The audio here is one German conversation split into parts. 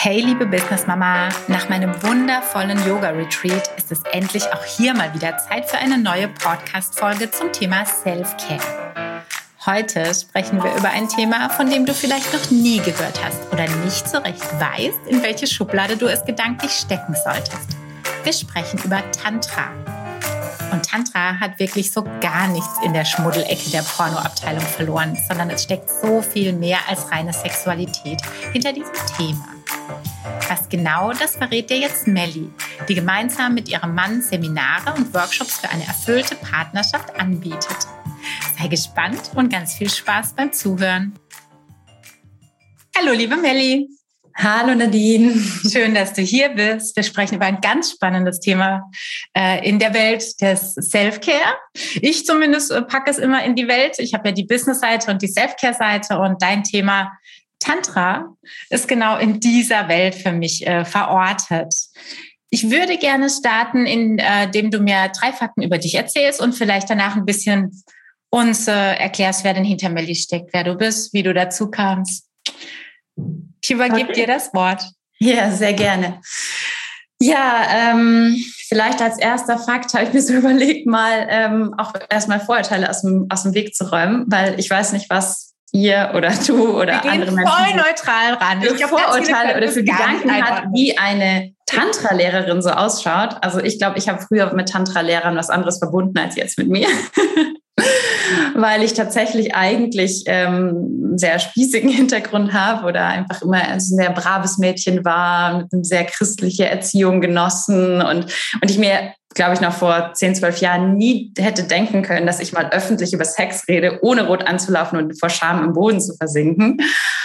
Hey liebe Business Mama, nach meinem wundervollen Yoga-Retreat ist es endlich auch hier mal wieder Zeit für eine neue Podcast-Folge zum Thema Self-Care. Heute sprechen wir über ein Thema, von dem du vielleicht noch nie gehört hast oder nicht so recht weißt, in welche Schublade du es gedanklich stecken solltest. Wir sprechen über Tantra. Und Tantra hat wirklich so gar nichts in der Schmuddelecke der Pornoabteilung verloren, sondern es steckt so viel mehr als reine Sexualität hinter diesem Thema. Was genau, das verrät dir jetzt Melli, die gemeinsam mit ihrem Mann Seminare und Workshops für eine erfüllte Partnerschaft anbietet. Sei gespannt und ganz viel Spaß beim Zuhören. Hallo, liebe Melli. Hallo Nadine. Schön, dass du hier bist. Wir sprechen über ein ganz spannendes Thema in der Welt des Self-Care. Ich zumindest packe es immer in die Welt. Ich habe ja die Business-Seite und die Self-Care-Seite und dein Thema Tantra ist genau in dieser Welt für mich verortet. Ich würde gerne starten, indem du mir 3 Fakten über dich erzählst und vielleicht danach ein bisschen uns erklärst, wer denn hinter Melli steckt, wer du bist, wie du dazu kamst. Ich übergebe dir das Wort. Ja, sehr gerne. Ja, vielleicht als erster Fakt habe ich mir so überlegt, mal auch erstmal Vorurteile aus dem Weg zu räumen, weil ich weiß nicht, was ihr oder du oder andere Menschen voll neutral ran. Für Vorurteile oder für Gedanken hat, wie eine Tantra-Lehrerin so ausschaut. Also ich glaube, ich habe früher mit Tantra-Lehrern was anderes verbunden als jetzt mit mir. Weil ich tatsächlich eigentlich einen sehr spießigen Hintergrund habe oder einfach immer ein sehr braves Mädchen war, mit einer sehr christliche Erziehung genossen und ich mir, glaube ich, noch vor 10, 12 Jahren nie hätte denken können, dass ich mal öffentlich über Sex rede, ohne rot anzulaufen und vor Scham im Boden zu versinken.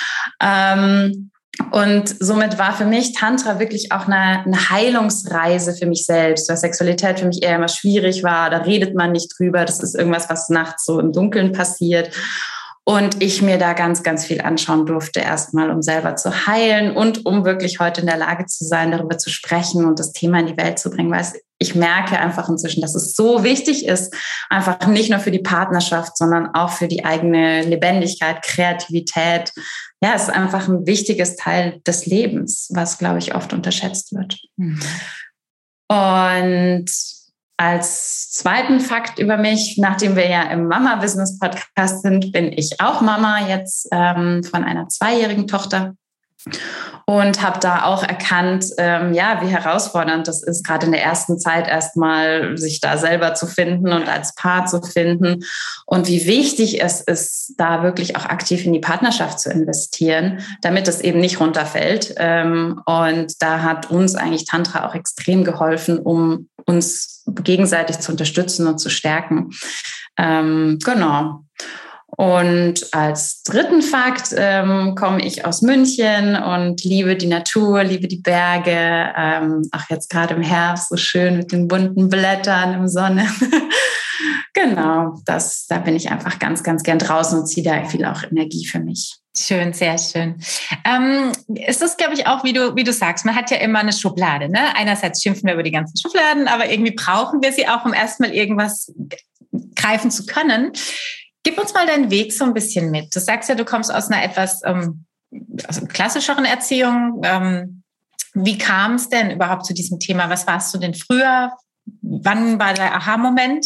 Und somit war für mich Tantra wirklich auch eine Heilungsreise für mich selbst, weil Sexualität für mich eher immer schwierig war. Da redet man nicht drüber. Das ist irgendwas, was nachts so im Dunkeln passiert. Und ich mir da ganz, ganz viel anschauen durfte, erstmal, um selber zu heilen und um wirklich heute in der Lage zu sein, darüber zu sprechen und das Thema in die Welt zu bringen. Weil ich merke einfach inzwischen, dass es so wichtig ist, einfach nicht nur für die Partnerschaft, sondern auch für die eigene Lebendigkeit, Kreativität. Ja, es ist einfach ein wichtiges Teil des Lebens, was, glaube ich, oft unterschätzt wird. Mhm. Und als zweiten Fakt über mich, nachdem wir ja im Mama-Business-Podcast sind, bin ich auch Mama jetzt von einer 2-jährigen Tochter. Und habe da auch erkannt, wie herausfordernd das ist, gerade in der ersten Zeit erstmal sich da selber zu finden und als Paar zu finden und wie wichtig es ist, da wirklich auch aktiv in die Partnerschaft zu investieren, damit es eben nicht runterfällt. Und da hat uns eigentlich Tantra auch extrem geholfen, um uns gegenseitig zu unterstützen und zu stärken. Genau. Und als dritten Fakt komme ich aus München und liebe die Natur, liebe die Berge. Auch jetzt gerade im Herbst so schön mit den bunten Blättern im Sonne. Genau, da bin ich einfach ganz, ganz gern draußen und ziehe da viel auch Energie für mich. Schön, sehr schön. Ist das, glaube ich, auch, wie du sagst, man hat ja immer eine Schublade. Ne? Einerseits schimpfen wir über die ganzen Schubladen, aber irgendwie brauchen wir sie auch, um erstmal irgendwas greifen zu können. Gib uns mal deinen Weg so ein bisschen mit. Du sagst ja, du kommst aus einer etwas aus klassischeren Erziehung. Wie kam es denn überhaupt zu diesem Thema? Was warst du denn früher? Wann war der Aha-Moment?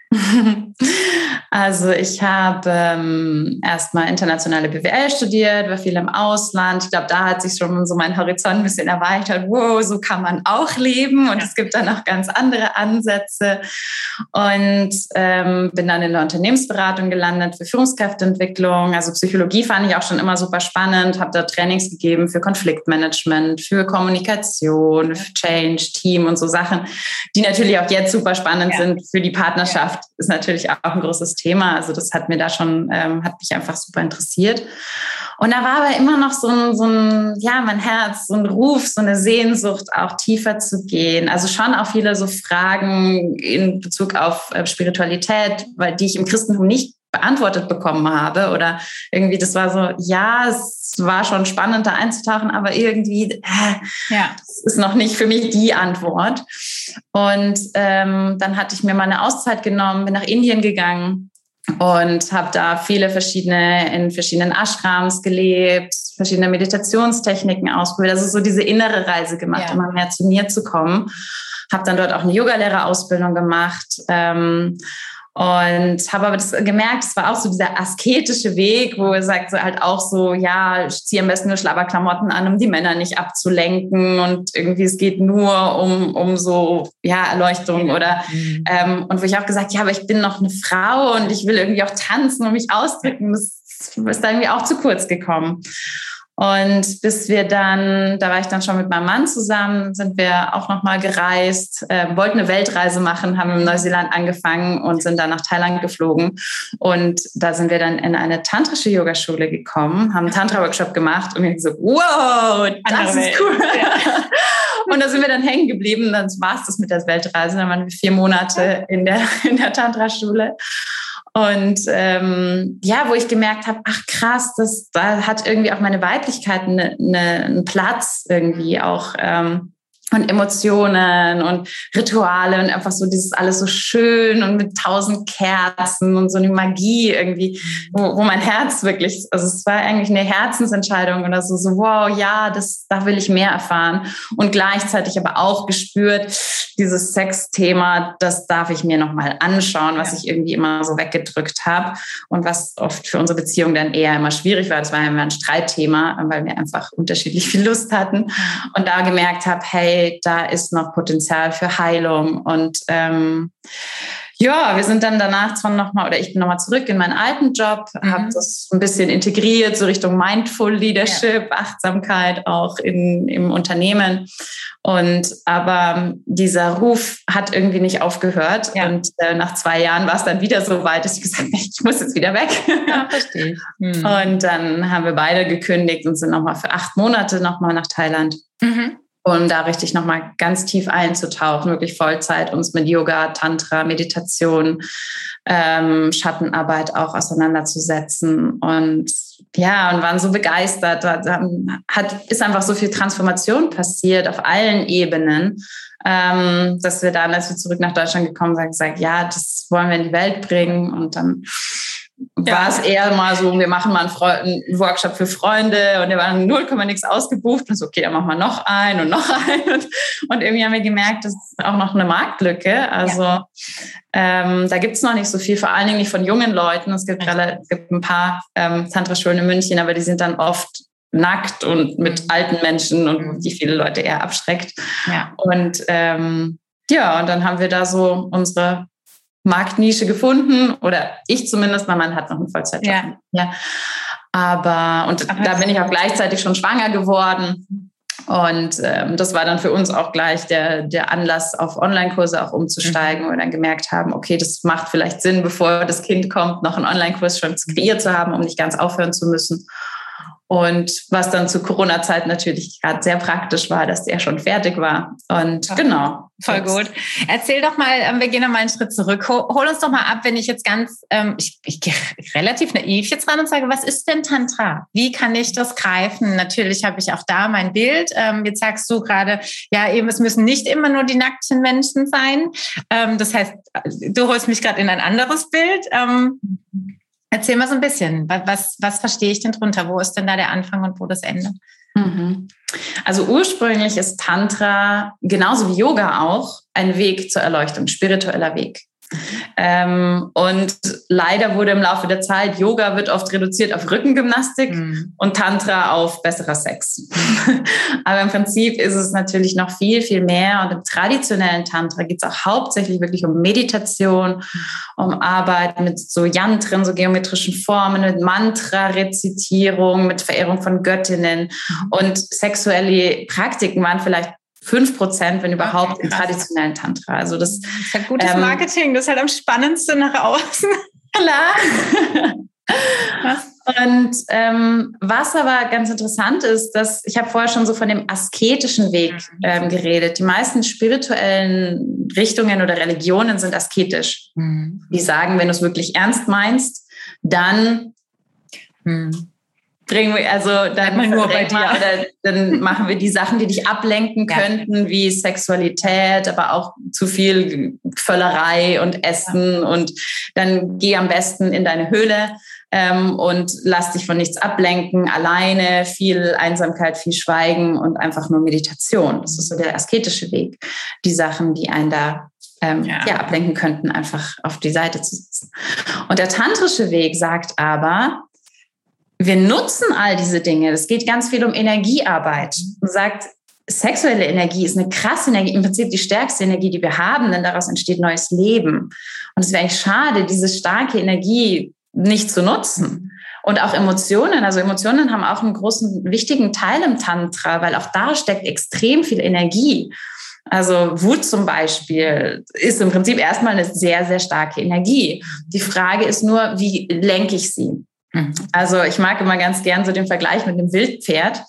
Also ich habe erstmal internationale BWL studiert, war viel im Ausland. Ich glaube, da hat sich schon so mein Horizont ein bisschen erweitert. Wow, so kann man auch leben und es gibt dann auch ganz andere Ansätze. Und bin dann in der Unternehmensberatung gelandet für Führungskräfteentwicklung. Also Psychologie fand ich auch schon immer super spannend, habe da Trainings gegeben für Konfliktmanagement, für Kommunikation, für Change, Team und so Sachen, die natürlich auch jetzt super spannend sind für die Partnerschaft. Ist natürlich auch ein großes Thema. Also das hat mir da schon, hat mich einfach super interessiert. Und da war aber immer noch so ein, mein Herz, so ein Ruf, so eine Sehnsucht, auch tiefer zu gehen. Also schon auch viele so Fragen in Bezug auf Spiritualität, weil die ich im Christentum nicht beantwortet bekommen habe oder irgendwie, das war so, ja, es war schon spannend, da einzutauchen, aber irgendwie, das ist noch nicht für mich die Antwort. Und dann hatte ich mir mal eine Auszeit genommen, bin nach Indien gegangen und habe da in verschiedenen Ashrams gelebt, verschiedene Meditationstechniken ausprobiert, also so diese innere Reise gemacht, immer mehr zu mir zu kommen. Habe dann dort auch eine Yogalehrerausbildung gemacht, und habe aber das gemerkt, es war auch so dieser asketische Weg, wo er sagt, so halt auch so, ja, ich ziehe am besten nur Schlabberklamotten an, um die Männer nicht abzulenken, und irgendwie es geht nur um so, ja, Erleuchtung oder, und wo ich auch gesagt, ja, aber ich bin noch eine Frau und ich will irgendwie auch tanzen und mich ausdrücken. Das ist da irgendwie auch zu kurz gekommen. Und bis wir dann, da war ich dann schon mit meinem Mann zusammen, sind wir auch nochmal gereist, wollten eine Weltreise machen, haben in Neuseeland angefangen und sind dann nach Thailand geflogen. Und da sind wir dann in eine tantrische Yogaschule gekommen, haben einen Tantra-Workshop gemacht und ich so, wow, das ist cool. Ja. Und da sind wir dann hängen geblieben, dann war es das mit der Weltreise, dann waren wir 4 Monate in der Tantra-Schule. Und wo ich gemerkt habe, ach krass, da hat irgendwie auch meine Weiblichkeit einen Platz irgendwie auch, und Emotionen und Rituale und einfach so dieses alles so schön und mit 1000 Kerzen und so eine Magie irgendwie, wo mein Herz wirklich, also es war eigentlich eine Herzensentscheidung oder so wow, ja, da will ich mehr erfahren. Und gleichzeitig aber auch gespürt, dieses Sexthema, das darf ich mir nochmal anschauen, was ich irgendwie immer so weggedrückt habe und was oft für unsere Beziehung dann eher immer schwierig war. Das war immer ein Streitthema, weil wir einfach unterschiedlich viel Lust hatten und da gemerkt habe, hey, da ist noch Potenzial für Heilung. Und wir sind dann danach ich bin nochmal zurück in meinen alten Job, habe das ein bisschen integriert, so Richtung Mindful Leadership, Achtsamkeit auch im Unternehmen. Aber dieser Ruf hat irgendwie nicht aufgehört. Ja. Und nach 2 Jahren war es dann wieder so weit, dass ich gesagt habe, ich muss jetzt wieder weg. Ja, verstehe ich. Und dann haben wir beide gekündigt und sind nochmal für 8 Monate nochmal nach Thailand. Um da richtig nochmal ganz tief einzutauchen, wirklich Vollzeit uns mit Yoga, Tantra, Meditation, Schattenarbeit auch auseinanderzusetzen. Und waren so begeistert. Da ist einfach so viel Transformation passiert auf allen Ebenen, dass wir dann, als wir zurück nach Deutschland gekommen sind, gesagt, ja, das wollen wir in die Welt bringen. Und dann war es eher mal so, wir machen mal einen Workshop für Freunde und der war 0, nichts ausgebucht und so, okay, dann machen wir noch einen und noch einen und irgendwie haben wir gemerkt, das ist auch noch eine Marktlücke, also da gibt es noch nicht so viel, vor allen Dingen nicht von jungen Leuten, es gibt ein paar Tantra-Schulen in München, aber die sind dann oft nackt und mit alten Menschen und die viele Leute eher abschreckt und und dann haben wir da so unsere Marktnische gefunden oder ich zumindest, mein Mann hat noch einen Vollzeitjob. Da bin ich auch gleichzeitig schon schwanger geworden und das war dann für uns auch gleich der Anlass, auf Online-Kurse auch umzusteigen, wo wir dann gemerkt haben, okay, das macht vielleicht Sinn, bevor das Kind kommt, noch einen Online-Kurs schon kreiert zu haben, um nicht ganz aufhören zu müssen. Und was dann zu Corona-Zeit natürlich gerade sehr praktisch war, dass der schon fertig war. Und genau. Voll gut. Erzähl doch mal, wir gehen noch mal einen Schritt zurück. Hol uns doch mal ab, wenn ich jetzt ich gehe relativ naiv jetzt ran und sage, was ist denn Tantra? Wie kann ich das greifen? Natürlich habe ich auch da mein Bild. Jetzt sagst du gerade, es müssen nicht immer nur die nackten Menschen sein. Das heißt, du holst mich gerade in ein anderes Bild. Erzähl mal so ein bisschen, was verstehe ich denn drunter? Wo ist denn da der Anfang und wo das Ende? Also ursprünglich ist Tantra, genauso wie Yoga auch, ein Weg zur Erleuchtung, spiritueller Weg. Und leider wurde im Laufe der Zeit, Yoga wird oft reduziert auf Rückengymnastik und Tantra auf besserer Sex. Aber im Prinzip ist es natürlich noch viel, viel mehr. Und im traditionellen Tantra geht es auch hauptsächlich wirklich um Meditation, um Arbeit mit so Yantren, so geometrischen Formen, mit Mantra-Rezitierung, mit Verehrung von Göttinnen. Und sexuelle Praktiken waren vielleicht 5%, wenn überhaupt, im traditionellen Tantra. Also das ist halt gutes Marketing, das ist halt am spannendsten nach außen. Klar. Und was aber ganz interessant ist, dass ich habe vorher schon so von dem asketischen Weg geredet. Die meisten spirituellen Richtungen oder Religionen sind asketisch. Die sagen, wenn du es wirklich ernst meinst, dann dann nur bei dir. Oder dann machen wir die Sachen, die dich ablenken könnten, wie Sexualität, aber auch zu viel Völlerei und Essen. Und dann geh am besten in deine Höhle und lass dich von nichts ablenken, alleine, viel Einsamkeit, viel Schweigen und einfach nur Meditation. Das ist so der asketische Weg, die Sachen, die einen da ablenken könnten, einfach auf die Seite zu setzen. Und der tantrische Weg sagt aber, wir nutzen all diese Dinge. Es geht ganz viel um Energiearbeit. Man sagt, sexuelle Energie ist eine krasse Energie, im Prinzip die stärkste Energie, die wir haben, denn daraus entsteht neues Leben. Und es wäre eigentlich schade, diese starke Energie nicht zu nutzen. Und auch Emotionen. Also Emotionen haben auch einen großen, wichtigen Teil im Tantra, weil auch da steckt extrem viel Energie. Also Wut zum Beispiel ist im Prinzip erstmal eine sehr, sehr starke Energie. Die Frage ist nur, wie lenke ich sie? Also ich mag immer ganz gern so den Vergleich mit einem Wildpferd.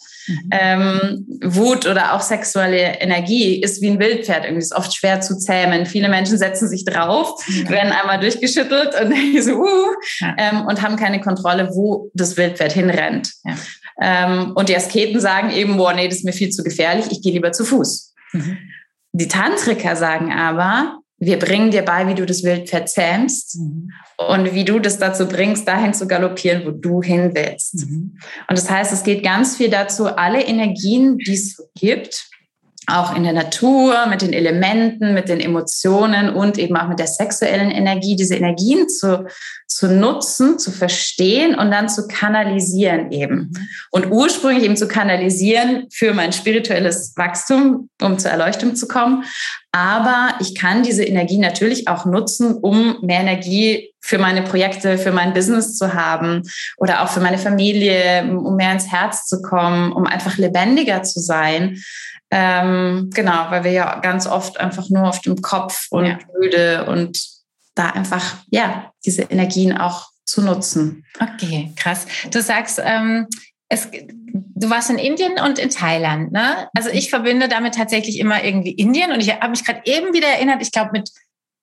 Wut oder auch sexuelle Energie ist wie ein Wildpferd. Irgendwie ist oft schwer zu zähmen. Viele Menschen setzen sich drauf, werden einmal durchgeschüttelt und denken so, und haben keine Kontrolle, wo das Wildpferd hinrennt. Und die Asketen sagen eben, nee, das ist mir viel zu gefährlich, ich gehe lieber zu Fuß. Die Tantriker sagen aber, wir bringen dir bei, wie du das Wildpferd zähmst und wie du das dazu bringst, dahin zu galoppieren, wo du hin willst. Und das heißt, es geht ganz viel dazu, alle Energien, die es gibt, auch in der Natur, mit den Elementen, mit den Emotionen und eben auch mit der sexuellen Energie, diese Energien zu nutzen, zu verstehen und dann zu kanalisieren eben. Und ursprünglich eben zu kanalisieren für mein spirituelles Wachstum, um zur Erleuchtung zu kommen. Aber ich kann diese Energie natürlich auch nutzen, um mehr Energie für meine Projekte, für mein Business zu haben oder auch für meine Familie, um mehr ins Herz zu kommen, um einfach lebendiger zu sein. Genau, weil wir ja ganz oft einfach nur auf dem Kopf und müde und da einfach, diese Energien auch zu nutzen. Okay, krass. Du sagst, du warst in Indien und in Thailand, ne? Also ich verbinde damit tatsächlich immer irgendwie Indien und ich habe mich gerade eben wieder erinnert, ich glaube mit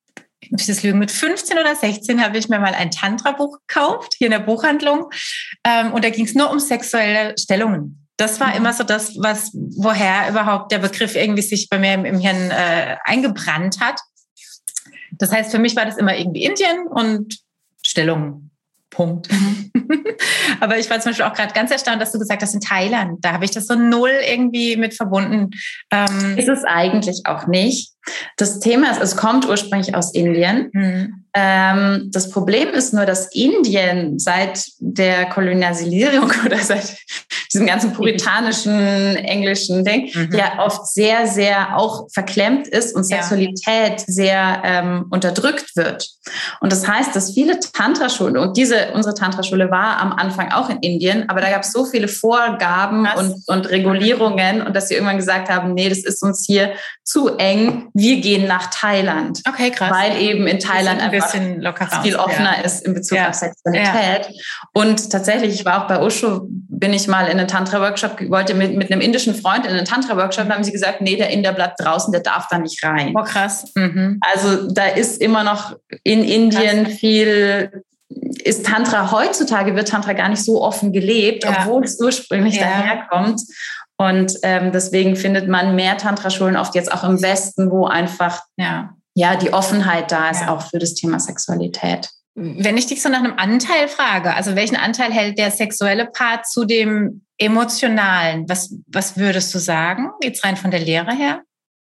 15 oder 16 habe ich mir mal ein Tantra-Buch gekauft, hier in der Buchhandlung, und da ging es nur um sexuelle Stellungen. Das war immer so das, woher überhaupt der Begriff irgendwie sich bei mir im Hirn eingebrannt hat. Das heißt, für mich war das immer irgendwie Indien und Stellungen. Punkt. Aber ich war zum Beispiel auch gerade ganz erstaunt, dass du gesagt hast, in Thailand, da habe ich das so null irgendwie mit verbunden. Ist es eigentlich auch nicht. Das Thema ist, es kommt ursprünglich aus Indien. Das Problem ist nur, dass Indien seit der Kolonialisierung oder seit diesem ganzen puritanischen englischen Ding ja oft sehr, sehr auch verklemmt ist und Sexualität sehr unterdrückt wird. Und das heißt, dass viele Tantra-Schulen, und unsere Tantra-Schule war am Anfang auch in Indien, aber da gab es so viele Vorgaben und Regulierungen und dass sie irgendwann gesagt haben, nee, das ist uns hier zu eng, wir gehen nach Thailand. Okay, krass. Weil eben in Thailand ein bisschen lockerer viel offener ist in Bezug auf Sexualität. Ja. Und tatsächlich, ich war auch bei Osho, bin ich mal in einen Tantra-Workshop, wollte mit einem indischen Freund in einen Tantra-Workshop, da haben sie gesagt, nee, der Inder bleibt draußen, der darf da nicht rein. Oh, krass. Also da ist immer noch in Indien viel, ist Tantra, heutzutage wird Tantra gar nicht so offen gelebt, obwohl es ursprünglich daherkommt. Und deswegen findet man mehr Tantra-Schulen oft jetzt auch im Westen, wo einfach die Offenheit da ist, auch für das Thema Sexualität. Wenn ich dich so nach einem Anteil frage, also welchen Anteil hält der sexuelle Part zu dem emotionalen? Was würdest du sagen, jetzt rein von der Lehre her?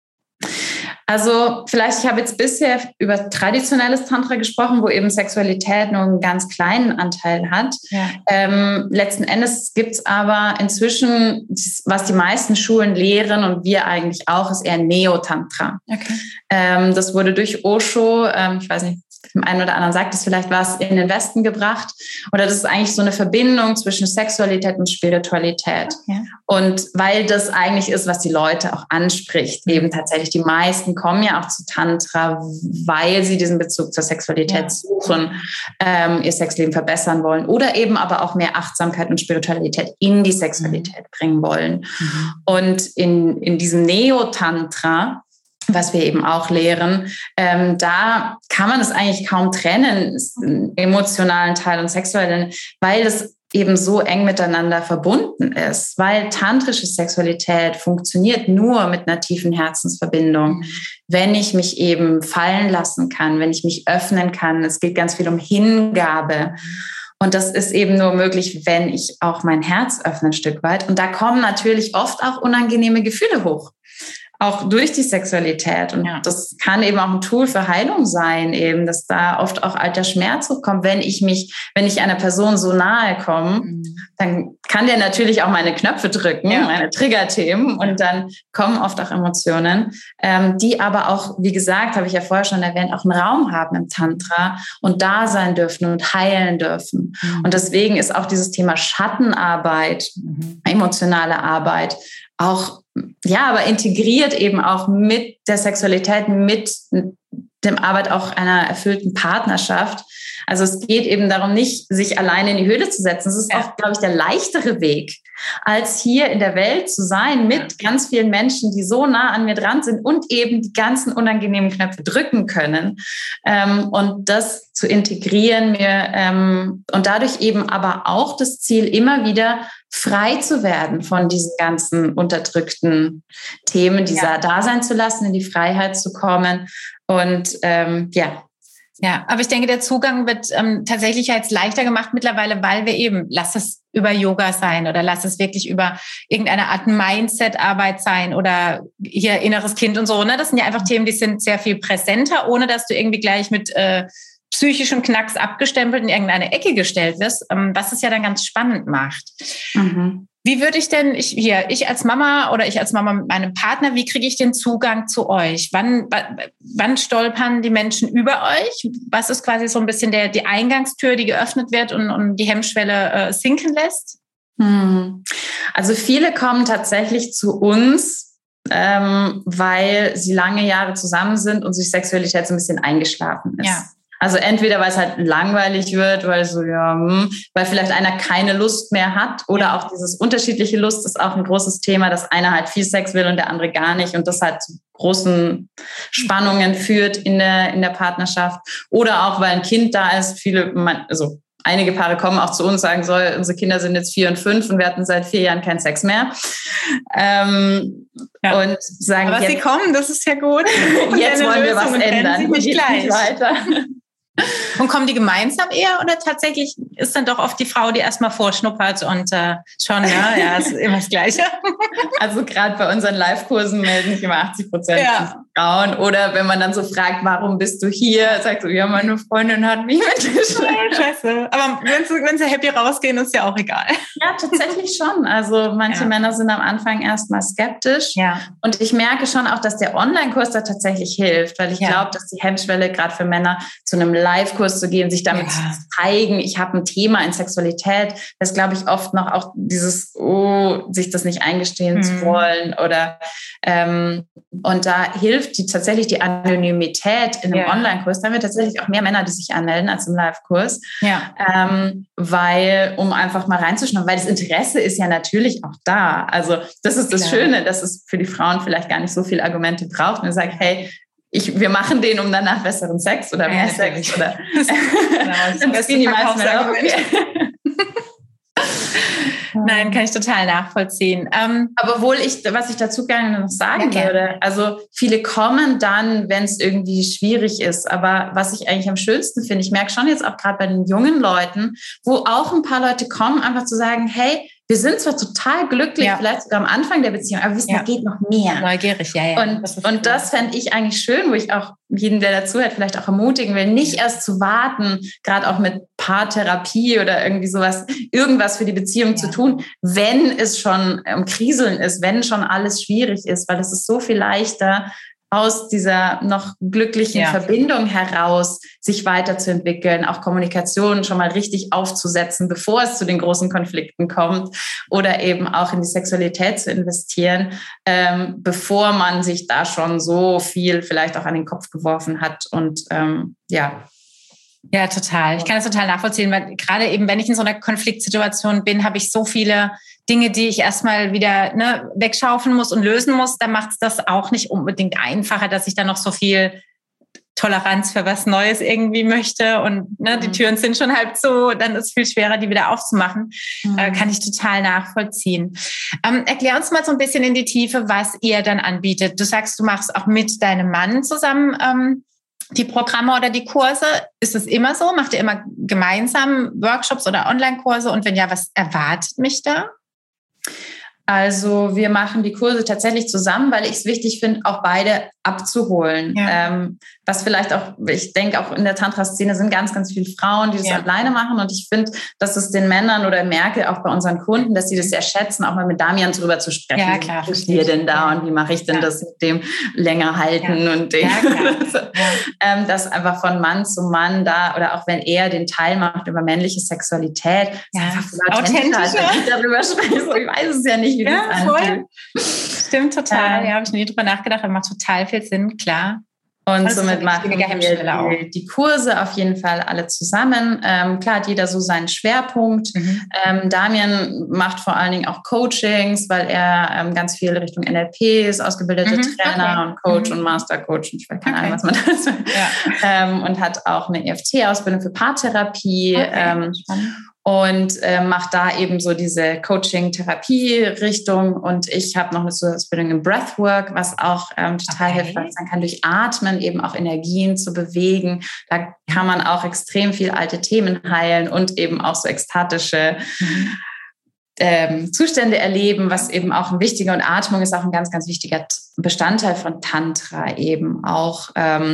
Also vielleicht, ich habe jetzt bisher über traditionelles Tantra gesprochen, wo eben Sexualität nur einen ganz kleinen Anteil hat. Ja. Letzten Endes gibt es aber inzwischen, was die meisten Schulen lehren und wir eigentlich auch, ist eher Neo-Tantra. Okay. Das wurde durch Osho, ich weiß nicht, dem einen oder anderen sagt es vielleicht, was in den Westen gebracht. Oder das ist eigentlich so eine Verbindung zwischen Sexualität und Spiritualität. Okay. Und weil das eigentlich ist, was die Leute auch anspricht, eben tatsächlich die meisten kommen ja auch zu Tantra, weil sie diesen Bezug zur Sexualität suchen, ihr Sexleben verbessern wollen oder eben aber auch mehr Achtsamkeit und Spiritualität in die Sexualität bringen wollen. Und in diesem Neo-Tantra, was wir eben auch lehren, da kann man es eigentlich kaum trennen, einen emotionalen Teil und sexuellen, weil es eben so eng miteinander verbunden ist, weil tantrische Sexualität funktioniert nur mit einer tiefen Herzensverbindung, wenn ich mich eben fallen lassen kann, wenn ich mich öffnen kann. Es geht ganz viel um Hingabe. Und das ist eben nur möglich, wenn ich auch mein Herz öffne ein Stück weit. Und da kommen natürlich oft auch unangenehme Gefühle hoch, auch durch die Sexualität. Und das kann eben auch ein Tool für Heilung sein, eben, dass da oft auch alter Schmerz hochkommt. Wenn ich einer Person so nahe komme, dann kann der natürlich auch meine Knöpfe drücken, meine Triggerthemen. Und dann kommen oft auch Emotionen, die aber auch, wie gesagt, habe ich ja vorher schon erwähnt, auch einen Raum haben im Tantra und da sein dürfen und heilen dürfen. Und deswegen ist auch dieses Thema Schattenarbeit, emotionale Arbeit, auch aber integriert eben auch mit der Sexualität, mit dem Arbeit auch einer erfüllten Partnerschaft. Also es geht eben darum, nicht sich alleine in die Höhle zu setzen. Das ist oft, glaube ich, der leichtere Weg, als hier in der Welt zu sein mit ganz vielen Menschen, die so nah an mir dran sind und eben die ganzen unangenehmen Knöpfe drücken können. Und das zu integrieren und dadurch eben aber auch das Ziel, immer wieder frei zu werden von diesen ganzen unterdrückten Themen, dieser da sein zu lassen, in die Freiheit zu kommen. Und Ja, aber ich denke, der Zugang wird tatsächlich jetzt leichter gemacht mittlerweile, weil wir eben, lass es über Yoga sein oder lass es wirklich über irgendeine Art Mindset-Arbeit sein oder hier inneres Kind und so. Ne? Das sind ja einfach Themen, die sind sehr viel präsenter, ohne dass du irgendwie gleich mit psychischem Knacks abgestempelt in irgendeine Ecke gestellt wirst, was es ja dann ganz spannend macht. Wie würde ich denn, ich als Mama oder ich als Mama mit meinem Partner, wie kriege ich den Zugang zu euch? Wann stolpern die Menschen über euch? Was ist quasi so ein bisschen die Eingangstür, die geöffnet wird und die Hemmschwelle sinken lässt? Also viele kommen tatsächlich zu uns, weil sie lange Jahre zusammen sind und sich Sexualität so ein bisschen eingeschlafen ist. Also entweder, weil es halt langweilig wird, weil weil vielleicht einer keine Lust mehr hat oder auch dieses unterschiedliche Lust ist auch ein großes Thema, dass einer halt viel Sex will und der andere gar nicht und das halt zu großen Spannungen führt in der Partnerschaft oder auch, weil ein Kind da ist. Einige Paare kommen auch zu uns und sagen, unsere Kinder sind jetzt 4 und 5 und wir hatten seit 4 Jahren keinen Sex mehr. Und sagen, aber sie kommen, das ist ja gut. Jetzt wollen wir was ändern. Nicht gleich. Weiter. Und kommen die gemeinsam eher oder tatsächlich ist dann doch oft die Frau, die erstmal vorschnuppert und schon, ist immer das Gleiche. Also gerade bei unseren Live-Kursen melden sich immer 80% Frauen. Oder wenn man dann so fragt, warum bist du hier? Sagt so, meine Freundin hat mich mitgeschleppt. Scheiße. Aber wenn sie happy rausgehen, ist ja auch egal. Ja, tatsächlich schon. Also manche Männer sind am Anfang erstmal skeptisch. Ja. Und ich merke schon auch, dass der Online-Kurs da tatsächlich hilft, weil ich glaube, dass die Hemmschwelle gerade für Männer zu einem Live-Kurs zu gehen, sich damit zu zeigen, ich habe ein Thema in Sexualität, das glaube ich oft noch auch dieses, sich das nicht eingestehen zu wollen oder und da hilft tatsächlich die Anonymität in einem Online-Kurs. Da haben wir tatsächlich auch mehr Männer, die sich anmelden als im Live-Kurs, um einfach mal reinzuschauen, weil das Interesse ist ja natürlich auch da. Also das ist das Schöne, dass es für die Frauen vielleicht gar nicht so viele Argumente braucht. Und sagt, hey, wir machen den um danach besseren Sex oder mehr Sex. Oder das die meisten Nein, kann ich total nachvollziehen. Aber was ich dazu gerne noch sagen würde, also viele kommen dann, wenn es irgendwie schwierig ist, aber was ich eigentlich am schönsten finde, ich merke schon jetzt auch gerade bei den jungen Leuten, wo auch ein paar Leute kommen, einfach zu sagen, hey, wir sind zwar total glücklich, vielleicht sogar am Anfang der Beziehung, aber wir wissen, da geht noch mehr. Neugierig, Und das fände ich eigentlich schön, wo ich auch jeden, der dazuhört, vielleicht auch ermutigen will, nicht erst zu warten, gerade auch mit Paartherapie oder irgendwie sowas, irgendwas für die Beziehung zu tun, wenn es schon im Kriseln ist, wenn schon alles schwierig ist, weil es ist so viel leichter, aus dieser noch glücklichen Verbindung heraus sich weiterzuentwickeln, auch Kommunikation schon mal richtig aufzusetzen, bevor es zu den großen Konflikten kommt oder eben auch in die Sexualität zu investieren, bevor man sich da schon so viel vielleicht auch an den Kopf geworfen hat und Ja, total. Ich kann das total nachvollziehen, weil gerade eben, wenn ich in so einer Konfliktsituation bin, habe ich so viele Dinge, die ich erstmal wieder wegschaufeln muss und lösen muss. Da macht es das auch nicht unbedingt einfacher, dass ich da noch so viel Toleranz für was Neues irgendwie möchte und ne, die Türen sind schon halb zu, dann ist es viel schwerer, die wieder aufzumachen. Kann ich total nachvollziehen. Erklär uns mal so ein bisschen in die Tiefe, was ihr dann anbietet. Du sagst, du machst auch mit deinem Mann zusammen die Programme oder die Kurse. Ist es immer so? Macht ihr immer gemeinsam Workshops oder Online-Kurse? Und wenn ja, was erwartet mich da? Also wir machen die Kurse tatsächlich zusammen, weil ich es wichtig finde, auch beide abzuholen. Ja. Was vielleicht auch, ich denke auch in der Tantra-Szene sind ganz, ganz viele Frauen, die das alleine machen. Und ich finde, dass es den Männern oder merke auch bei unseren Kunden, dass sie das sehr schätzen, auch mal mit Damian drüber zu sprechen. Ja, klar. Was ist dir denn da und wie mache ich denn das mit dem länger halten und dem? Das einfach von Mann zu Mann da, oder auch wenn er den Teil macht über männliche Sexualität, authentischer. Darüber sprechen. Ich weiß es ja nicht, wie das anfühlt. Stimmt total. Ja, habe ich nie drüber nachgedacht, aber macht total viel Sinn, klar. Und somit machen wir die Kurse auf jeden Fall alle zusammen. Klar hat jeder so seinen Schwerpunkt. Damian macht vor allen Dingen auch Coachings, weil er ganz viel Richtung NLP ist, ausgebildeter Trainer und Coach und Mastercoach. Und ich weiß keine Ahnung, was man da sagt. Und hat auch eine EFT-Ausbildung für Paartherapie. Und macht da eben so diese Coaching-Therapie-Richtung. Und ich habe noch eine Ausbildung im Breathwork, was auch total hilfreich sein kann, durch Atmen eben auch Energien zu bewegen. Da kann man auch extrem viel alte Themen heilen und eben auch so ekstatische Zustände erleben, was eben auch ein wichtiger, und Atmung ist auch ein ganz, ganz wichtiger Bestandteil von Tantra eben auch,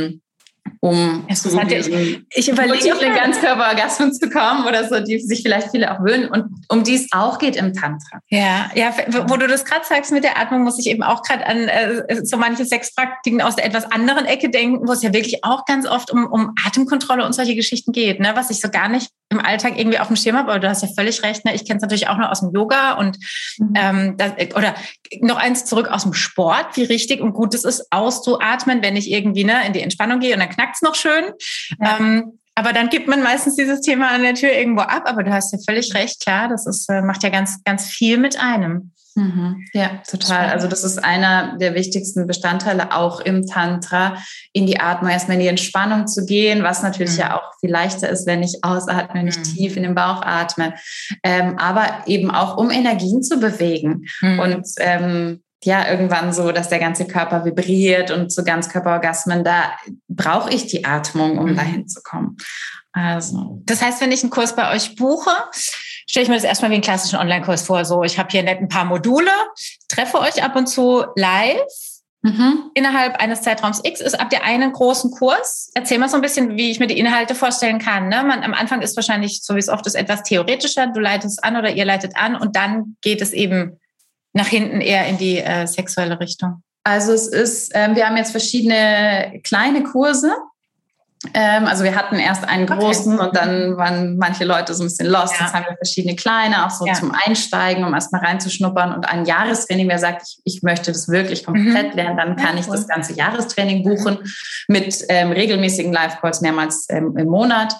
ich überlege, auf den Ganzkörperorgasmus zu kommen oder so, die sich vielleicht viele auch wöhnen und um die es auch geht im Tantra. Ja, wo du das gerade sagst mit der Atmung, muss ich eben auch gerade an so manche Sexpraktiken aus der etwas anderen Ecke denken, wo es ja wirklich auch ganz oft um Atemkontrolle und solche Geschichten geht, ne? Was ich so gar nicht im Alltag irgendwie auf dem Schirm habe, aber du hast ja völlig recht, ne? Ich kenne es natürlich auch noch aus dem Yoga und oder noch eins zurück aus dem Sport, wie richtig und gut es ist, auszuatmen, wenn ich irgendwie in die Entspannung gehe und dann knackt es noch schön. Ja. Aber dann gibt man meistens dieses Thema an der Tür irgendwo ab. Aber du hast ja völlig recht, klar, das ist, macht ja ganz, ganz viel mit einem. Ja, total. Also das ist einer der wichtigsten Bestandteile auch im Tantra, in die Atmung, erstmal in die Entspannung zu gehen, was natürlich ja auch viel leichter ist, wenn ich ausatme, wenn ich tief in den Bauch atme. Aber eben auch, um Energien zu bewegen. Und irgendwann so, dass der ganze Körper vibriert und zu Ganzkörperorgasmen, da brauche ich die Atmung, um dahin zu kommen. Also. Das heißt, wenn ich einen Kurs bei euch buche, stelle ich mir das erstmal wie einen klassischen Online-Kurs vor. So, ich habe hier ein paar Module, treffe euch ab und zu live. Innerhalb eines Zeitraums X habt ihr einen großen Kurs. Erzähl mal so ein bisschen, wie ich mir die Inhalte vorstellen kann. Ne? Am Anfang ist wahrscheinlich, so wie es oft ist, etwas theoretischer. Du leitest an oder ihr leitet an und dann geht es eben nach hinten eher in die sexuelle Richtung. Also es ist, wir haben jetzt verschiedene kleine Kurse. Also wir hatten erst einen großen und dann waren manche Leute so ein bisschen lost. Jetzt haben wir verschiedene kleine, auch so zum Einsteigen, um erstmal reinzuschnuppern, und ein Jahrestraining. Wer sagt, ich möchte das wirklich komplett lernen, dann kann ich das ganze Jahrestraining buchen mit regelmäßigen Live-Calls mehrmals im Monat.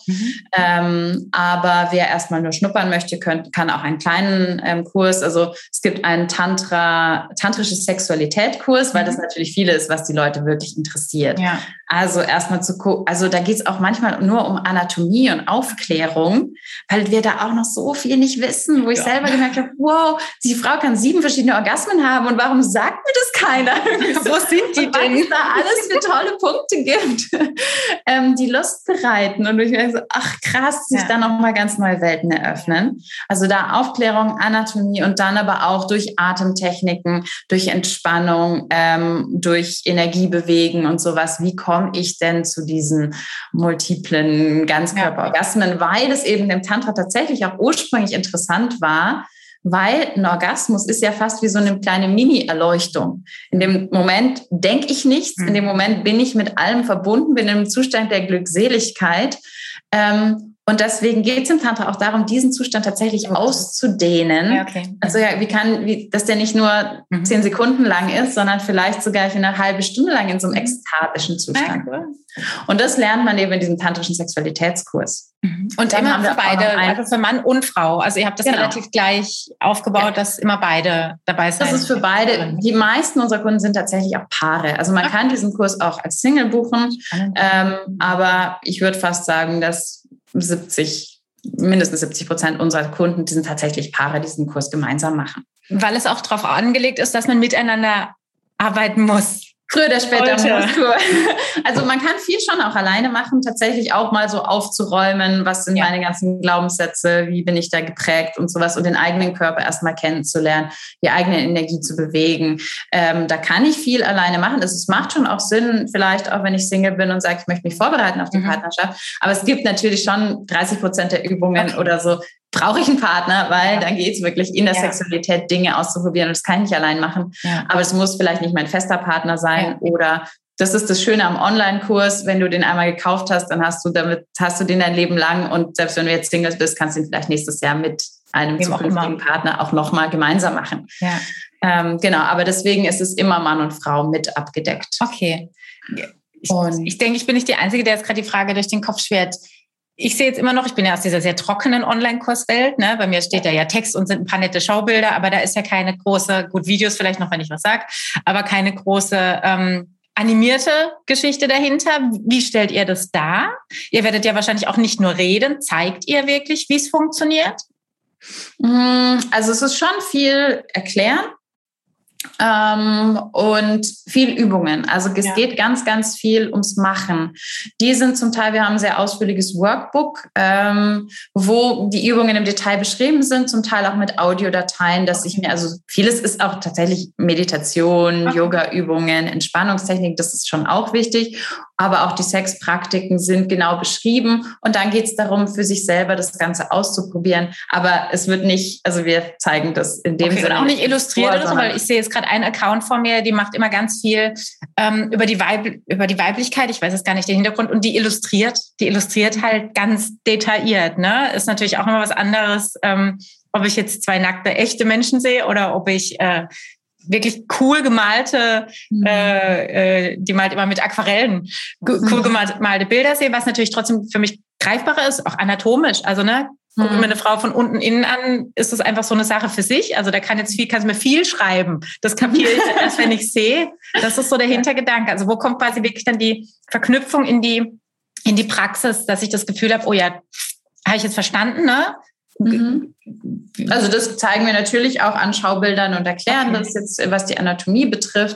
Aber wer erstmal nur schnuppern möchte, kann auch einen kleinen Kurs. Also es gibt einen tantrisches Sexualität-Kurs, weil das natürlich viele ist, was die Leute wirklich interessiert. Ja. Also erstmal zu gucken, also da geht es auch manchmal nur um Anatomie und Aufklärung, weil wir da auch noch so viel nicht wissen, wo ich selber gemerkt habe, wow, die Frau kann 7 verschiedene Orgasmen haben und warum sagt mir das keiner? Wo sind die denn? Was da alles für tolle Punkte gibt, die Lust bereiten. Und ich merke so, ach krass, sich da nochmal ganz neue Welten eröffnen. Also da Aufklärung, Anatomie und dann aber auch durch Atemtechniken, durch Entspannung, durch Energiebewegen und sowas. Wie komme ich denn zu diesen multiplen Ganzkörperorgasmen, weil es eben im Tantra tatsächlich auch ursprünglich interessant war, weil ein Orgasmus ist ja fast wie so eine kleine Mini-Erleuchtung. In dem Moment denke ich nichts, in dem Moment bin ich mit allem verbunden, bin in einem Zustand der Glückseligkeit Und deswegen geht es im Tantra auch darum, diesen Zustand tatsächlich auszudehnen. Ja, okay. Also dass der nicht nur 10 Sekunden lang ist, sondern vielleicht sogar für eine halbe Stunde lang in so einem ekstatischen Zustand. Ja, cool. Und das lernt man eben in diesem tantrischen Sexualitätskurs. Und dann immer für beide, also für Mann und Frau. Also ihr habt das relativ gleich aufgebaut, dass immer beide dabei sind. Das ist für beide. Die meisten unserer Kunden sind tatsächlich auch Paare. Also man kann diesen Kurs auch als Single buchen. Aber ich würde fast sagen, dass mindestens 70% unserer Kunden, die sind tatsächlich Paare, die diesen Kurs gemeinsam machen. Weil es auch darauf angelegt ist, dass man miteinander arbeiten muss. Früher oder später musst du. Also man kann viel schon auch alleine machen, tatsächlich auch mal so aufzuräumen, was sind meine ganzen Glaubenssätze, wie bin ich da geprägt und sowas und den eigenen Körper erstmal kennenzulernen, die eigene Energie zu bewegen. Da kann ich viel alleine machen. Es macht schon auch Sinn, vielleicht auch wenn ich Single bin und sage, ich möchte mich vorbereiten auf die Partnerschaft. Aber es gibt natürlich schon 30% der Übungen oder so, brauche ich einen Partner, weil dann geht es wirklich in der Sexualität Dinge auszuprobieren und das kann ich nicht allein machen. Ja. Aber es muss vielleicht nicht mein fester Partner sein oder das ist das Schöne am Online-Kurs, wenn du den einmal gekauft hast, dann hast du den dein Leben lang und selbst wenn du jetzt Single bist, kannst du ihn vielleicht nächstes Jahr mit einem zukünftigen Partner auch nochmal gemeinsam machen. Ja. Genau, aber deswegen ist es immer Mann und Frau mit abgedeckt. Okay. Ich denke, ich bin nicht die Einzige, der jetzt gerade die Frage durch den Kopf schwirrt. Ich sehe jetzt immer noch, ich bin ja aus dieser sehr trockenen Online-Kurswelt, ne? Bei mir steht da ja Text und sind ein paar nette Schaubilder, aber da ist ja keine große, gut, Videos vielleicht noch, wenn ich was sage, aber keine große animierte Geschichte dahinter. Wie stellt ihr das dar? Ihr werdet ja wahrscheinlich auch nicht nur reden. Zeigt ihr wirklich, wie es funktioniert? Also es ist schon viel erklären. Und viel Übungen. Also es geht ganz, ganz viel ums Machen. Die sind zum Teil, wir haben ein sehr ausführliches Workbook, wo die Übungen im Detail beschrieben sind, zum Teil auch mit Audiodateien, dass ich mir, also vieles ist auch tatsächlich Meditation, Yoga-Übungen, Entspannungstechnik, das ist schon auch wichtig. Aber auch die Sexpraktiken sind genau beschrieben. Und dann geht es darum, für sich selber das Ganze auszuprobieren. Aber es wird nicht, also wir zeigen das in dem Sinne. Und auch nicht illustriert oder so, weil ich sehe jetzt gerade einen Account von mir, die macht immer ganz viel über die Weiblichkeit. Ich weiß jetzt gar nicht den Hintergrund. Und die illustriert halt ganz detailliert. Ne? Ist natürlich auch immer was anderes, ob ich jetzt 2 nackte, echte Menschen sehe oder ob ich wirklich cool gemalte, die malt immer mit Aquarellen, cool gemalte Bilder sehe, was natürlich trotzdem für mich greifbarer ist, auch anatomisch. Also, ne, gucke mir eine Frau von unten innen an, ist das einfach so eine Sache für sich. Also da kannst du mir viel schreiben. Das kapiere ich erst, wenn ich sehe. Das ist so der Hintergedanke. Also wo kommt quasi wirklich dann die Verknüpfung in die Praxis, dass ich das Gefühl habe, oh ja, habe ich jetzt verstanden, ne? Also das zeigen wir natürlich auch an Schaubildern und erklären das jetzt, was die Anatomie betrifft.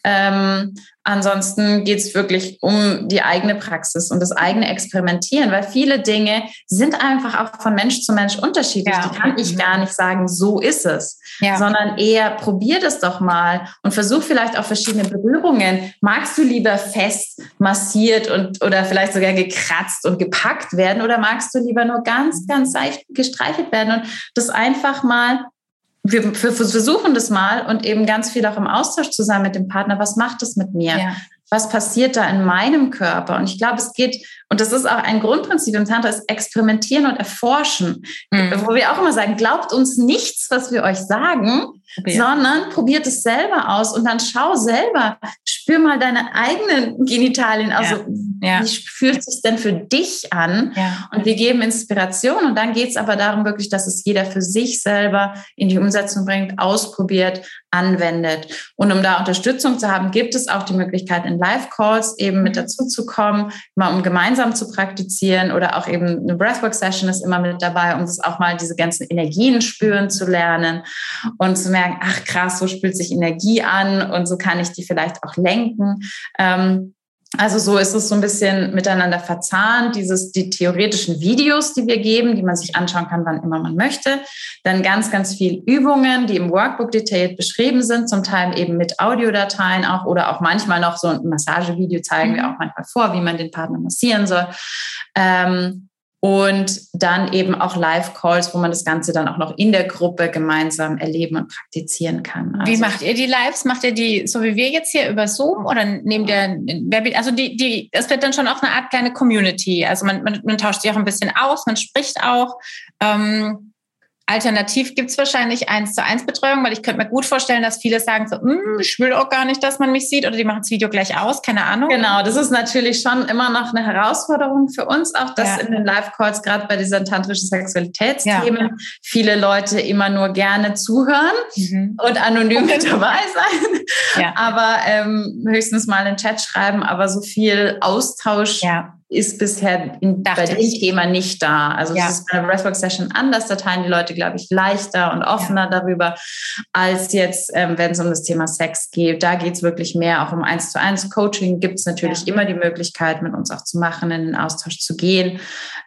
Ansonsten geht es wirklich um die eigene Praxis und das eigene Experimentieren, weil viele Dinge sind einfach auch von Mensch zu Mensch unterschiedlich. Die kann ich gar nicht sagen, so ist es, sondern eher probier das doch mal und versuch vielleicht auch verschiedene Berührungen. Magst du lieber fest massiert oder vielleicht sogar gekratzt und gepackt werden oder magst du lieber nur ganz, ganz seicht gestreichelt werden und das einfach mal. Wir versuchen das mal und eben ganz viel auch im Austausch zusammen mit dem Partner. Was macht das mit mir? Ja. Was passiert da in meinem Körper? Und ich glaube, es geht, und das ist auch ein Grundprinzip im Tantra, ist experimentieren und erforschen. Wo wir auch immer sagen, glaubt uns nichts, was wir euch sagen, sondern probiert es selber aus und dann schau selber, spür mal deine eigenen Genitalien. Also wie fühlt es sich denn für dich an? Ja. Und wir geben Inspiration und dann geht es aber darum wirklich, dass es jeder für sich selber in die Umsetzung bringt, ausprobiert, anwendet. Und um da Unterstützung zu haben, gibt es auch die Möglichkeit, in Live-Calls eben mit dazu zu kommen, mal um gemeinsam zu praktizieren oder auch eben eine Breathwork-Session ist immer mit dabei, um das auch mal diese ganzen Energien spüren zu lernen und zu merken, ach krass, so spült sich Energie an und so kann ich die vielleicht auch lenken. Also so ist es so ein bisschen miteinander verzahnt, die theoretischen Videos, die wir geben, die man sich anschauen kann, wann immer man möchte. Dann ganz, ganz viel Übungen, die im Workbook detailliert beschrieben sind, zum Teil eben mit Audiodateien auch oder auch manchmal noch so ein Massagevideo zeigen wir auch manchmal vor, wie man den Partner massieren soll. Und dann eben auch Live-Calls, wo man das Ganze dann auch noch in der Gruppe gemeinsam erleben und praktizieren kann. Also, wie macht ihr die Lives? Macht ihr die so wie wir jetzt hier über Zoom oder nehmt ihr, also es wird dann schon auch eine Art kleine Community. Also man tauscht sich auch ein bisschen aus, man spricht auch. Alternativ gibt es wahrscheinlich 1:1 Betreuung, weil ich könnte mir gut vorstellen, dass viele sagen so, ich will auch gar nicht, dass man mich sieht oder die machen das Video gleich aus, keine Ahnung. Genau, das ist natürlich schon immer noch eine Herausforderung für uns, auch dass in den Live-Calls, gerade bei diesen tantrischen Sexualitätsthemen, viele Leute immer nur gerne zuhören und anonym dabei sein, aber höchstens mal einen Chat schreiben, aber so viel Austausch ist bisher bei dem Thema nicht da. Also es ist bei der Breathwork-Session anders, da teilen die Leute, glaube ich, leichter und offener darüber, als jetzt, wenn es um das Thema Sex geht. Da geht es wirklich mehr auch um 1:1 Coaching. Gibt es natürlich immer die Möglichkeit, mit uns auch zu machen, in den Austausch zu gehen.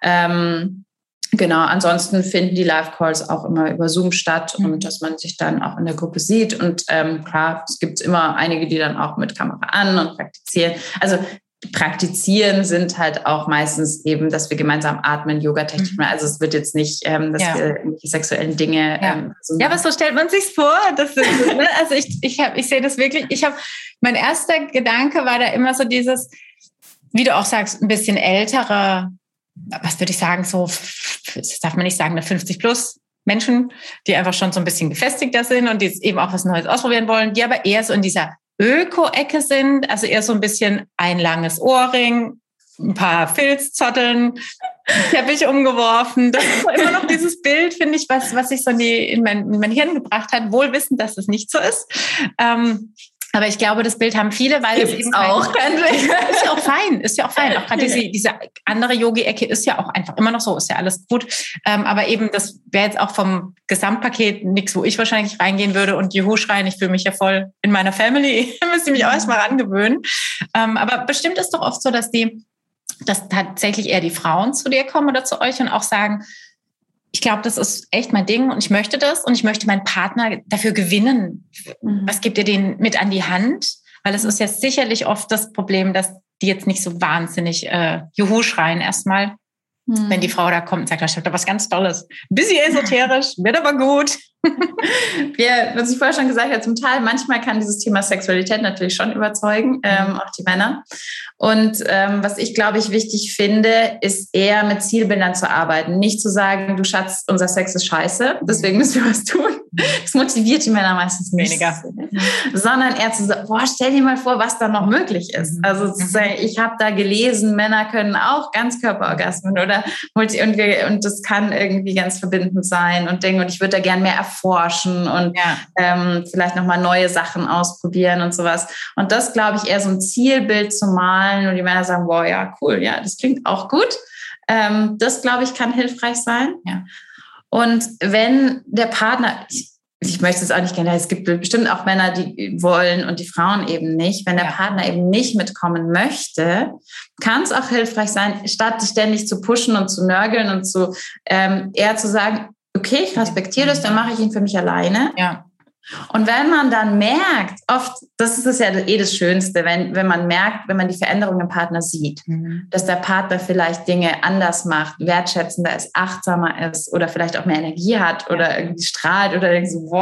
Genau, ansonsten finden die Live-Calls auch immer über Zoom statt und dass man sich dann auch in der Gruppe sieht. Und klar, es gibt immer einige, die dann auch mit Kamera an und praktizieren. Also praktizieren sind halt auch meistens eben, dass wir gemeinsam atmen, Yoga-Technik. Also es wird jetzt nicht, dass wir irgendwelche sexuellen Dinge... aber so stellt man sich's vor. Das ist, also ich sehe das wirklich. Mein erster Gedanke war da immer so dieses, wie du auch sagst, ein bisschen ältere, was würde ich sagen, so, das darf man nicht sagen, 50 plus Menschen, die einfach schon so ein bisschen gefestigter sind und die jetzt eben auch was Neues ausprobieren wollen, die aber eher so in dieser Öko-Ecke sind, also eher so ein bisschen ein langes Ohrring, ein paar Filzzotteln, Teppich umgeworfen. Das ist immer noch dieses Bild, finde ich, was sich so in mein Hirn gebracht hat, wohl wissend, dass es nicht so ist. Aber ich glaube, das Bild haben viele, weil es eben auch ist ja auch fein. Auch gerade diese andere Yogi-Ecke ist ja auch einfach immer noch so, ist ja alles gut. Aber eben, das wäre jetzt auch vom Gesamtpaket nichts, wo ich wahrscheinlich reingehen würde und Juhu schreien, ich fühle mich ja voll in meiner Family. Müsste ich mich auch erstmal rangewöhnen. Aber bestimmt ist doch oft so, dass tatsächlich eher die Frauen zu dir kommen oder zu euch und auch sagen, ich glaube, das ist echt mein Ding und ich möchte das und ich möchte meinen Partner dafür gewinnen. Was gibt ihr denen mit an die Hand? Weil es ist ja sicherlich oft das Problem, dass die jetzt nicht so wahnsinnig Juhu schreien erstmal, wenn die Frau da kommt und sagt, ich habe da was ganz Tolles. Ein bisschen esoterisch, wird aber gut. Was ich vorher schon gesagt habe, zum Teil, manchmal kann dieses Thema Sexualität natürlich schon überzeugen, auch die Männer. Und was ich, glaube ich, wichtig finde, ist eher mit Zielbildern zu arbeiten. Nicht zu sagen, du Schatz, unser Sex ist scheiße, deswegen müssen wir was tun. Das motiviert die Männer meistens nicht. Weniger. Sondern eher zu sagen, stell dir mal vor, was da noch möglich ist. Also zu sagen, ich habe da gelesen, Männer können auch Ganzkörperorgasmen und das kann irgendwie ganz verbindend sein und Dinge. Und ich würde da gern mehr erforschen und vielleicht nochmal neue Sachen ausprobieren und sowas. Und das, glaube ich, eher so ein Zielbild zu malen und die Männer sagen, wow, ja, cool, ja, das klingt auch gut. Das, glaube ich, kann hilfreich sein. Ja. Und wenn der Partner, ich möchte es auch nicht gerne, es gibt bestimmt auch Männer, die wollen und die Frauen eben nicht. Wenn der Partner eben nicht mitkommen möchte, kann es auch hilfreich sein, statt ständig zu pushen und zu nörgeln und eher zu sagen, okay, ich respektiere das, dann mache ich ihn für mich alleine. Ja. Und wenn man dann merkt, oft, das ist ja das Schönste, wenn man merkt, wenn man die Veränderung im Partner sieht, dass der Partner vielleicht Dinge anders macht, wertschätzender ist, achtsamer ist oder vielleicht auch mehr Energie hat oder irgendwie strahlt oder denkt so,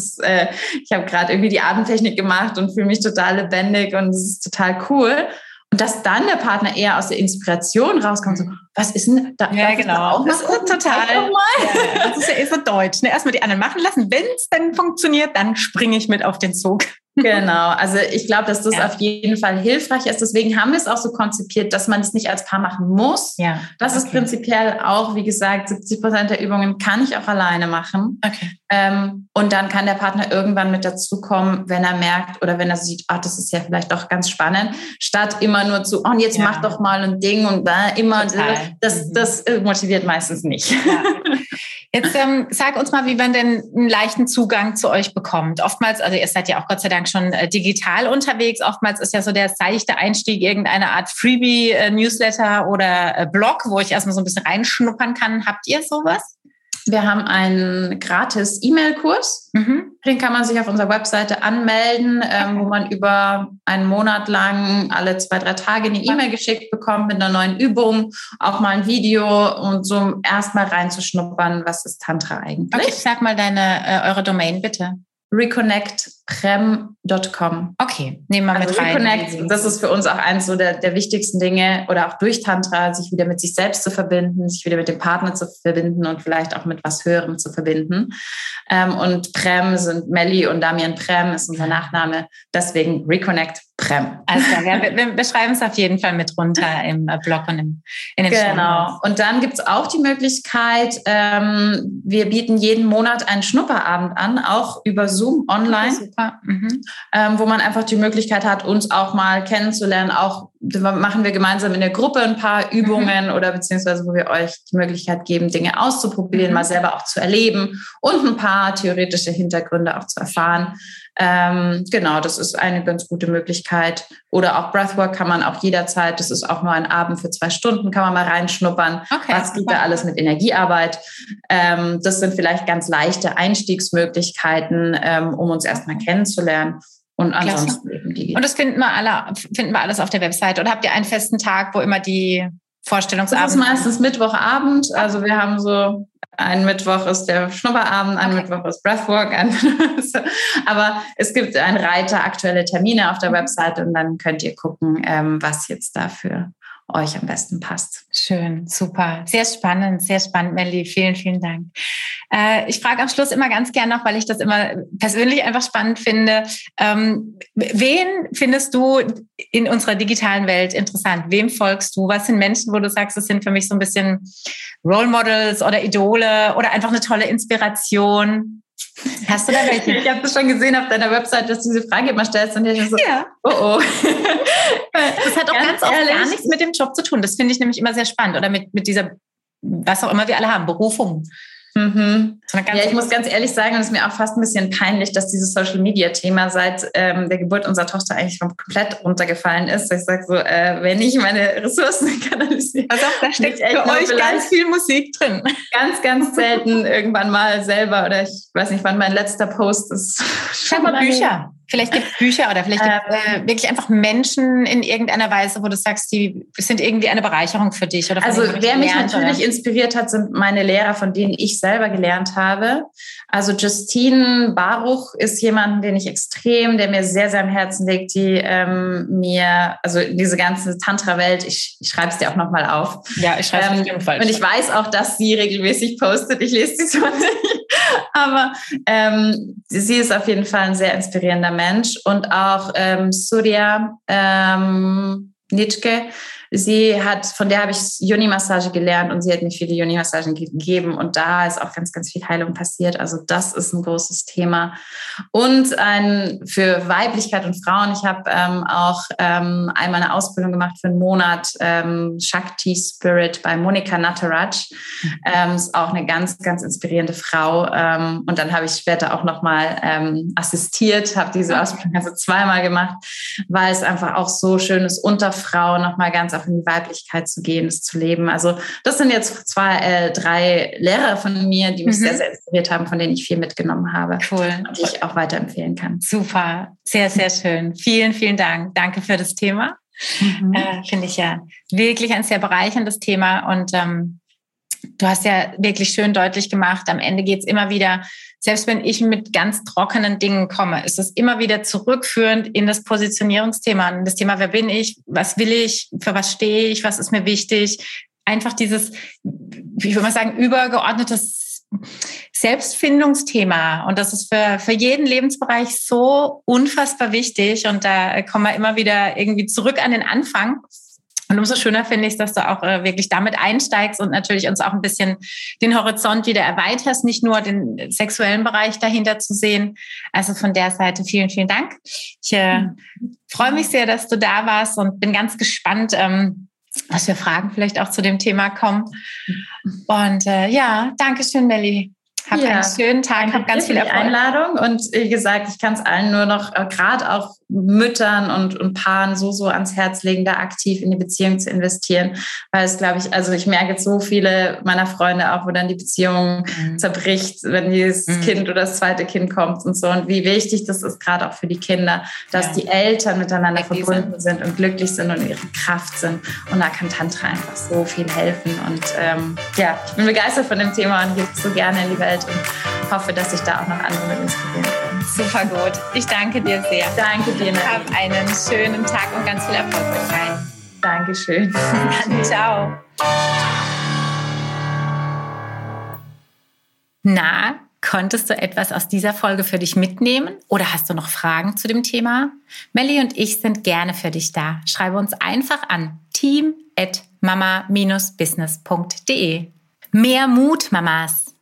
ich habe gerade irgendwie die Atemtechnik gemacht und fühle mich total lebendig und es ist total cool. Und dass dann der Partner eher aus der Inspiration rauskommt, so, was ist denn da? Ja, genau. Das ist total. Ja, das ist ja eher so deutsch. Erstmal die anderen machen lassen. Wenn es dann funktioniert, dann springe ich mit auf den Zug. Genau, also ich glaube, dass das auf jeden Fall hilfreich ist. Deswegen haben wir es auch so konzipiert, dass man es nicht als Paar machen muss. Ja, das ist prinzipiell auch, wie gesagt, 70% der Übungen kann ich auch alleine machen. Okay. Und dann kann der Partner irgendwann mit dazukommen, wenn er merkt oder wenn er sieht, das ist ja vielleicht doch ganz spannend, statt immer nur zu, und jetzt mach doch mal ein Ding und da immer, das motiviert meistens nicht. Ja. Jetzt sag uns mal, wie man denn einen leichten Zugang zu euch bekommt. Oftmals, also ihr seid ja auch Gott sei Dank schon digital unterwegs. Oftmals ist ja so der seichte Einstieg irgendeine Art Freebie, Newsletter oder Blog, wo ich erstmal so ein bisschen reinschnuppern kann. Habt ihr sowas? Wir haben einen gratis E-Mail-Kurs. Den kann man sich auf unserer Webseite anmelden, wo man über einen Monat lang alle 2-3 Tage eine E-Mail geschickt bekommt mit einer neuen Übung, auch mal ein Video und so erstmal reinzuschnuppern, was ist Tantra eigentlich. Okay, sag mal eure Domain bitte. reconnectprem.com. Okay, nehmen wir mit rein. Reconnect, das ist für uns auch eins so der wichtigsten Dinge oder auch durch Tantra, sich wieder mit sich selbst zu verbinden, sich wieder mit dem Partner zu verbinden und vielleicht auch mit was Höherem zu verbinden. Und Prem sind Melli und Damian Prem ist unser Nachname, deswegen Reconnect Prem. Also wir schreiben es auf jeden Fall mit runter im Blog und in den Genau. Und dann gibt es auch die Möglichkeit, wir bieten jeden Monat einen Schnupperabend an, auch über Zoom online, super. Wo man einfach die Möglichkeit hat, uns auch mal kennenzulernen. Auch machen wir gemeinsam in der Gruppe ein paar Übungen oder beziehungsweise wo wir euch die Möglichkeit geben, Dinge auszuprobieren, mal selber auch zu erleben und ein paar theoretische Hintergründe auch zu erfahren. Genau, das ist eine ganz gute Möglichkeit. Oder auch Breathwork kann man auch jederzeit, das ist auch nur ein Abend für 2 Stunden, kann man mal reinschnuppern. Okay, was geht da alles mit Energiearbeit? Das sind vielleicht ganz leichte Einstiegsmöglichkeiten, um uns erstmal kennenzulernen. Und ansonsten eben digital. Und das finden wir alles auf der Website. Oder habt ihr einen festen Tag, wo immer die Vorstellungsabend? Das ist meistens Mittwochabend. Also wir haben so, ein Mittwoch ist der Schnupperabend, ein Mittwoch ist Breathwork. Aber es gibt einen Reiter aktuelle Termine auf der Website und dann könnt ihr gucken, was jetzt da für euch am besten passt. Schön, super. Sehr spannend, Melli. Vielen, vielen Dank. Ich frage am Schluss immer ganz gern noch, weil ich das immer persönlich einfach spannend finde. Wen findest du in unserer digitalen Welt interessant? Wem folgst du? Was sind Menschen, wo du sagst, das sind für mich so ein bisschen Role Models oder Idole oder einfach eine tolle Inspiration? Hast du da welche? Ich habe das schon gesehen auf deiner Website, dass du diese Frage immer stellst und ich so, oh. Das hat auch ganz oft gar nichts mit dem Job zu tun. Das finde ich nämlich immer sehr spannend. Oder mit dieser, was auch immer wir alle haben, Berufung. Ja, ich muss ganz ehrlich sagen, und es ist mir auch fast ein bisschen peinlich, dass dieses Social-Media-Thema seit der Geburt unserer Tochter eigentlich komplett runtergefallen ist. Ich sage so, wenn ich meine Ressourcen kanalisiere. Also da steckt für euch ganz viel Musik drin. Ganz, ganz selten irgendwann mal selber oder ich weiß nicht, wann mein letzter Post ist. Schau mal Bücher. Vielleicht gibt es Bücher oder vielleicht gibt es wirklich einfach Menschen in irgendeiner Weise, wo du sagst, die sind irgendwie eine Bereicherung für dich. Oder also wer mich natürlich inspiriert hat, sind meine Lehrer, von denen ich selber gelernt habe. Also Justine Baruch ist jemand, der mir sehr, sehr am Herzen liegt, die also diese ganze Tantra-Welt, ich schreibe es dir auch nochmal auf. Ja, ich schreibe es ebenfalls. Und ich weiß auch, dass sie regelmäßig postet. Ich lese sie zwar nicht, aber sie ist auf jeden Fall ein sehr inspirierender Mensch. Und auch Surya Nitschke, von der habe ich Yoni-Massage gelernt und sie hat mir viele Yoni-Massagen gegeben und da ist auch ganz, ganz viel Heilung passiert. Also das ist ein großes Thema. Und für Weiblichkeit und Frauen, ich habe auch einmal eine Ausbildung gemacht für einen Monat, Shakti Spirit bei Monika Nattaraj. Ist auch eine ganz, ganz inspirierende Frau. Und dann habe ich später auch nochmal assistiert, habe diese Ausbildung also 2-mal gemacht, weil es einfach auch so schön ist, unter Frauen nochmal ganz auch in die Weiblichkeit zu gehen, es zu leben. Also das sind jetzt 3 Lehrer von mir, die mich sehr, sehr inspiriert haben, von denen ich viel mitgenommen habe. Cool. Und die ich auch weiterempfehlen kann. Super, sehr, sehr schön. Vielen, vielen Dank. Danke für das Thema. Finde ich ja wirklich ein sehr bereicherndes Thema und du hast ja wirklich schön deutlich gemacht, am Ende geht es immer wieder, selbst wenn ich mit ganz trockenen Dingen komme, ist es immer wieder zurückführend in das Positionierungsthema, in das Thema, wer bin ich, was will ich, für was stehe ich, was ist mir wichtig. Einfach dieses, wie würde man sagen, übergeordnetes Selbstfindungsthema. Und das ist für jeden Lebensbereich so unfassbar wichtig. Und da kommen wir immer wieder irgendwie zurück an den Anfang. Und umso schöner finde ich, dass du auch wirklich damit einsteigst und natürlich uns auch ein bisschen den Horizont wieder erweiterst, nicht nur den sexuellen Bereich dahinter zu sehen. Also von der Seite vielen, vielen Dank. Ich freue mich sehr, dass du da warst und bin ganz gespannt, was für Fragen vielleicht auch zu dem Thema kommen. Und danke schön, Melli. Hab einen schönen Tag, hab ganz viel Erfolg. Einladung und wie gesagt, ich kann es allen nur noch, gerade auch Müttern und Paaren so ans Herz legen, da aktiv in die Beziehung zu investieren, weil es, glaube ich, also ich merke jetzt so viele meiner Freunde auch, wo dann die Beziehung zerbricht, wenn dieses Kind oder das zweite Kind kommt und so, und wie wichtig das ist, gerade auch für die Kinder, dass die Eltern miteinander verbunden sind und glücklich sind und in ihrer Kraft sind, und da kann Tantra einfach so viel helfen und ich bin begeistert von dem Thema und gebe es so gerne in die Welt und hoffe, dass ich da auch noch andere mit inspirieren kann. Super gut. Ich danke dir sehr. Danke dir. Hab einen schönen Tag und ganz viel Erfolg mit rein. Dankeschön. Ciao. Na, konntest du etwas aus dieser Folge für dich mitnehmen oder hast du noch Fragen zu dem Thema? Melli und ich sind gerne für dich da. Schreibe uns einfach an team@mama-business.de. Mehr Mut, Mamas!